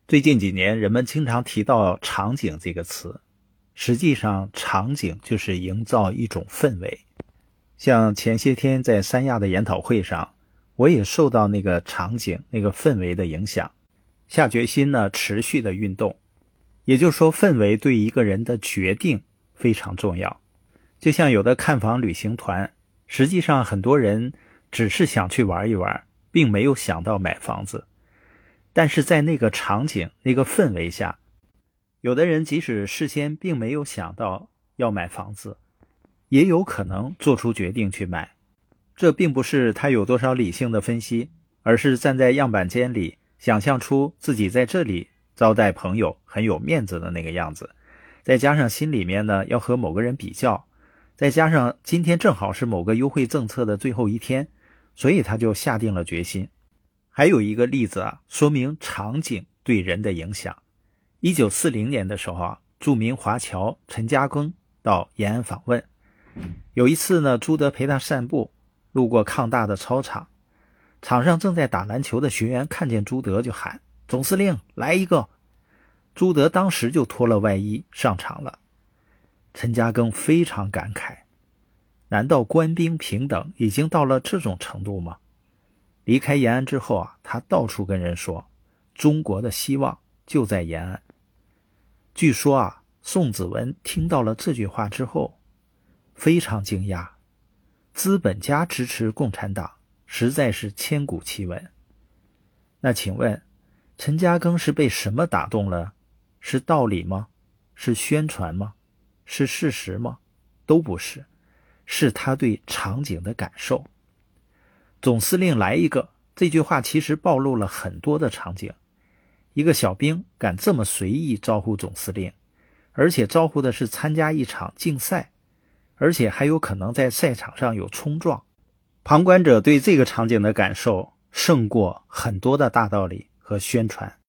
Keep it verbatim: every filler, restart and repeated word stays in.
最近几年，人们经常提到场景这个词，实际上场景就是营造一种氛围。像前些天在三亚的研讨会上，我也受到那个场景、那个氛围的影响，下决心呢持续的运动。也就是说，氛围对一个人的决定非常重要。就像有的看房旅行团，实际上很多人只是想去玩一玩，并没有想到买房子。但是在那个场景、那个氛围下，有的人即使事先并没有想到要买房子，也有可能做出决定去买。这并不是他有多少理性的分析，而是站在样板间里想象出自己在这里招待朋友很有面子的那个样子，再加上心里面呢要和某个人比较，再加上今天正好是某个优惠政策的最后一天，所以他就下定了决心。还有一个例子啊，说明场景对人的影响。一九四零年的时候啊，著名华侨陈嘉庚到延安访问。有一次呢，朱德陪他散步，路过抗大的操场，场上正在打篮球的学员看见朱德就喊：总司令，来一个！朱德当时就脱了外衣上场了。陈嘉庚非常感慨，难道官兵平等已经到了这种程度吗？离开延安之后啊，他到处跟人说，中国的希望就在延安。据说啊，宋子文听到了这句话之后，非常惊讶。资本家支持共产党，实在是千古奇闻。那请问，陈嘉庚是被什么打动了？是道理吗？是宣传吗？是事实吗？都不是，是他对场景的感受。总司令来一个，这句话其实暴露了很多的场景。一个小兵敢这么随意招呼总司令，而且招呼的是参加一场竞赛，而且还有可能在赛场上有冲撞。旁观者对这个场景的感受胜过很多的大道理和宣传。